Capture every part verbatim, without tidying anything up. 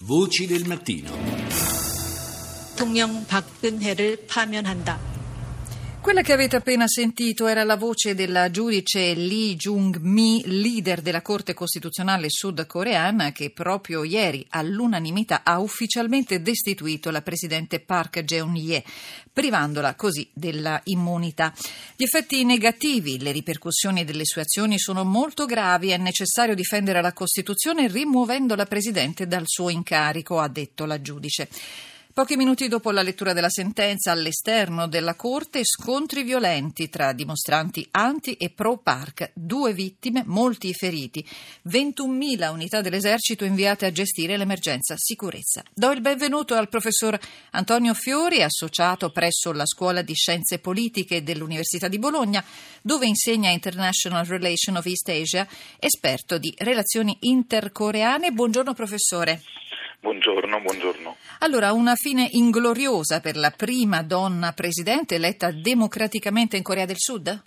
Voci del mattino. 대통령 박근혜를 파면한다. Quella che avete appena sentito era la voce della giudice Lee Jung-mi, leader della Corte Costituzionale sudcoreana, che proprio ieri all'unanimità ha ufficialmente destituito la presidente Park Geun-hye, privandola così della immunità. Gli effetti negativi, le ripercussioni delle sue azioni sono molto gravi. È necessario difendere la Costituzione rimuovendo la presidente dal suo incarico, ha detto la giudice. Pochi minuti dopo la lettura della sentenza, all'esterno della Corte, scontri violenti tra dimostranti anti e pro Park, due vittime, molti feriti, ventunomila unità dell'esercito inviate a gestire l'emergenza sicurezza. Do il benvenuto al professor Antonio Fiori, associato presso la Scuola di Scienze Politiche dell'Università di Bologna, dove insegna International Relations of East Asia, esperto di relazioni intercoreane. Buongiorno professore. Buongiorno, buongiorno. Allora, una fine ingloriosa per la prima donna presidente eletta democraticamente in Corea del Sud?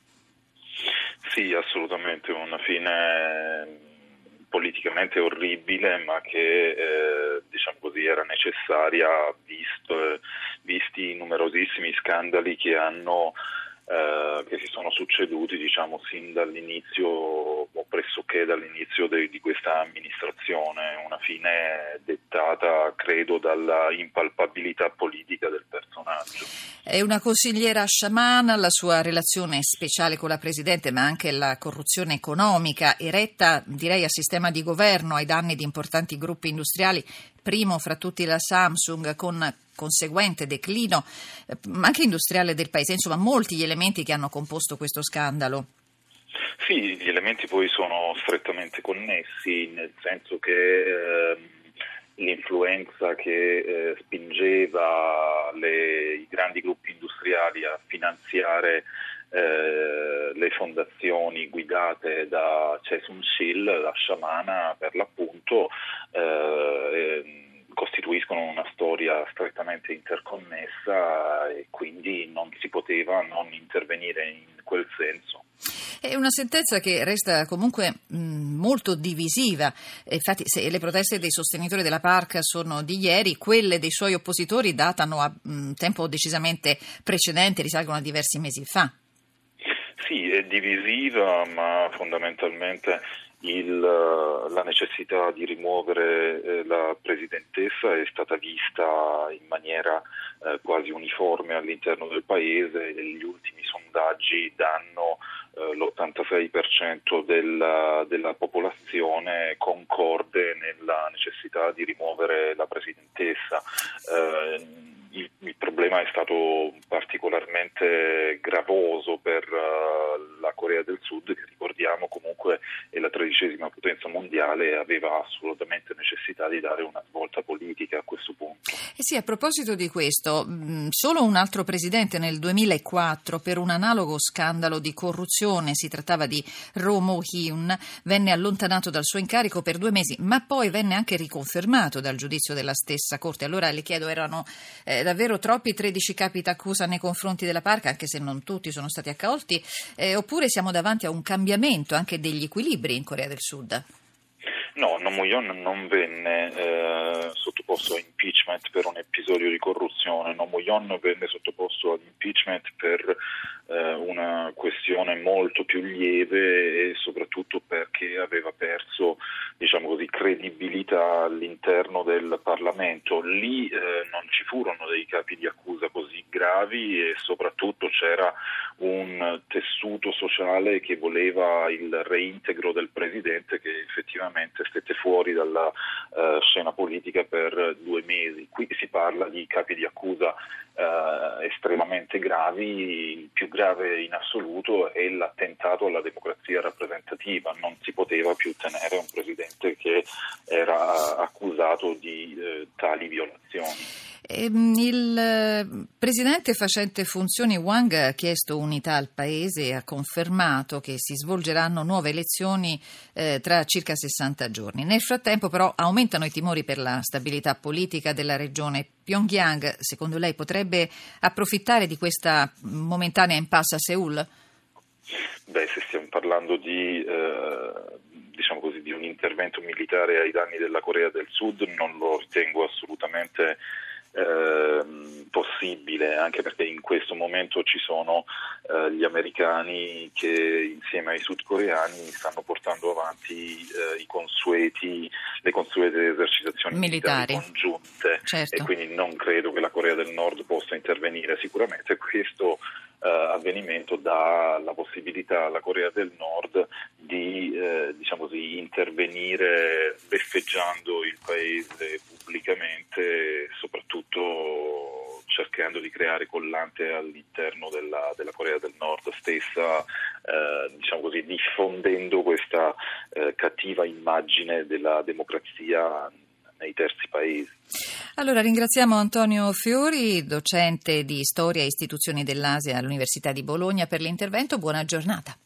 Sì, assolutamente, una fine politicamente orribile, ma che eh, diciamo così era necessaria visto, visti i numerosissimi scandali che hanno eh, che si sono succeduti, diciamo, sin dall'inizio o pressoché dall'inizio de, di questa amministrazione, una fine dettata, credo, dalla impalpabilità politica del personaggio. È una consigliera sciamana, la sua relazione speciale con la Presidente, ma anche la corruzione economica, eretta, direi, a sistema di governo ai danni di importanti gruppi industriali, primo fra tutti la Samsung, con conseguente declino eh, anche industriale del paese. Insomma, molti gli elementi che hanno composto questo scandalo. Sì, gli elementi poi sono strettamente connessi, nel senso che eh, l'influenza che eh, spingeva le, i grandi gruppi industriali a finanziare eh, le fondazioni guidate da Chae-Sung-sil, la sciamana per l'appunto, eh, costituiscono una storia strettamente interconnessa e quindi non si poteva non intervenire in quel senso. È una sentenza che resta comunque mh, molto divisiva. Infatti, se le proteste dei sostenitori della Park sono di ieri, quelle dei suoi oppositori datano a mh, tempo decisamente precedente, risalgono a diversi mesi fa. Sì, è divisiva, ma fondamentalmente il, la necessità di rimuovere eh, la presidentessa è stata vista in maniera eh, quasi uniforme all'interno del paese e gli ultimi sondaggi danno eh, l'ottantasei per cento della, della popolazione concorde nella necessità di rimuovere la presidentessa. Eh, Il, il problema è stato particolarmente gravoso per uh, la Corea del Sud, che ricordiamo comunque è la tredicesima potenza mondiale e aveva assolutamente necessità di dare una svolta politica a questo punto. Eh sì, a proposito di questo, mh, solo un altro presidente nel duemilaquattro per un analogo scandalo di corruzione, si trattava di Roh Moo-hyun, venne allontanato dal suo incarico per due mesi, ma poi venne anche riconfermato dal giudizio della stessa Corte. Allora le chiedo, erano eh, davvero troppi tredici capi d'accusa nei confronti della Park, anche se non tutti sono stati accolti, eh, oppure siamo davanti a un cambiamento anche degli equilibri in Corea del Sud? No, Roh Moo-hyun non venne eh, sottoposto a impeachment per un episodio di corruzione. Roh Moo-hyun venne sottoposto ad impeachment per eh, una questione molto più lieve e soprattutto perché aveva perso, diciamo così, credibilità all'interno del Parlamento. Lì eh, non ci furono dei capi di accusa così gravi e soprattutto c'era un tessuto sociale che voleva il reintegro del presidente, che effettivamente stette fuori dalla uh, scena politica per due mesi. Qui si parla di capi di accusa uh, estremamente gravi. Il più grave in assoluto è l'attentato alla democrazia rappresentativa. Non si poteva più tenere un presidente che era accusato di uh, tali violazioni. Il presidente facente funzioni Wang ha chiesto unità al paese e ha confermato che si svolgeranno nuove elezioni eh, tra circa sessanta giorni. Nel frattempo però aumentano i timori per la stabilità politica della regione. Pyongyang, secondo lei, potrebbe approfittare di questa momentanea impasse a Seul? Beh, se stiamo parlando di eh, diciamo così, di un intervento militare ai danni della Corea del Sud, non lo ritengo assolutamente eh, possibile, anche perché in questo momento ci sono eh, gli americani che insieme ai sudcoreani stanno portando avanti eh, i consueti, le consuete esercitazioni militari, militari congiunte, certo. E quindi non credo che la Corea del Nord possa intervenire. Sicuramente questo Uh, avvenimento dà la possibilità alla Corea del Nord di eh, diciamo così, intervenire beffeggiando il paese pubblicamente, soprattutto cercando di creare collante all'interno della, della Corea del Nord stessa, eh, diciamo così, diffondendo questa eh, cattiva immagine della democrazia nei terzi paesi. Allora ringraziamo Antonio Fiori, docente di Storia e Istituzioni dell'Asia all'Università di Bologna, per l'intervento. Buona giornata.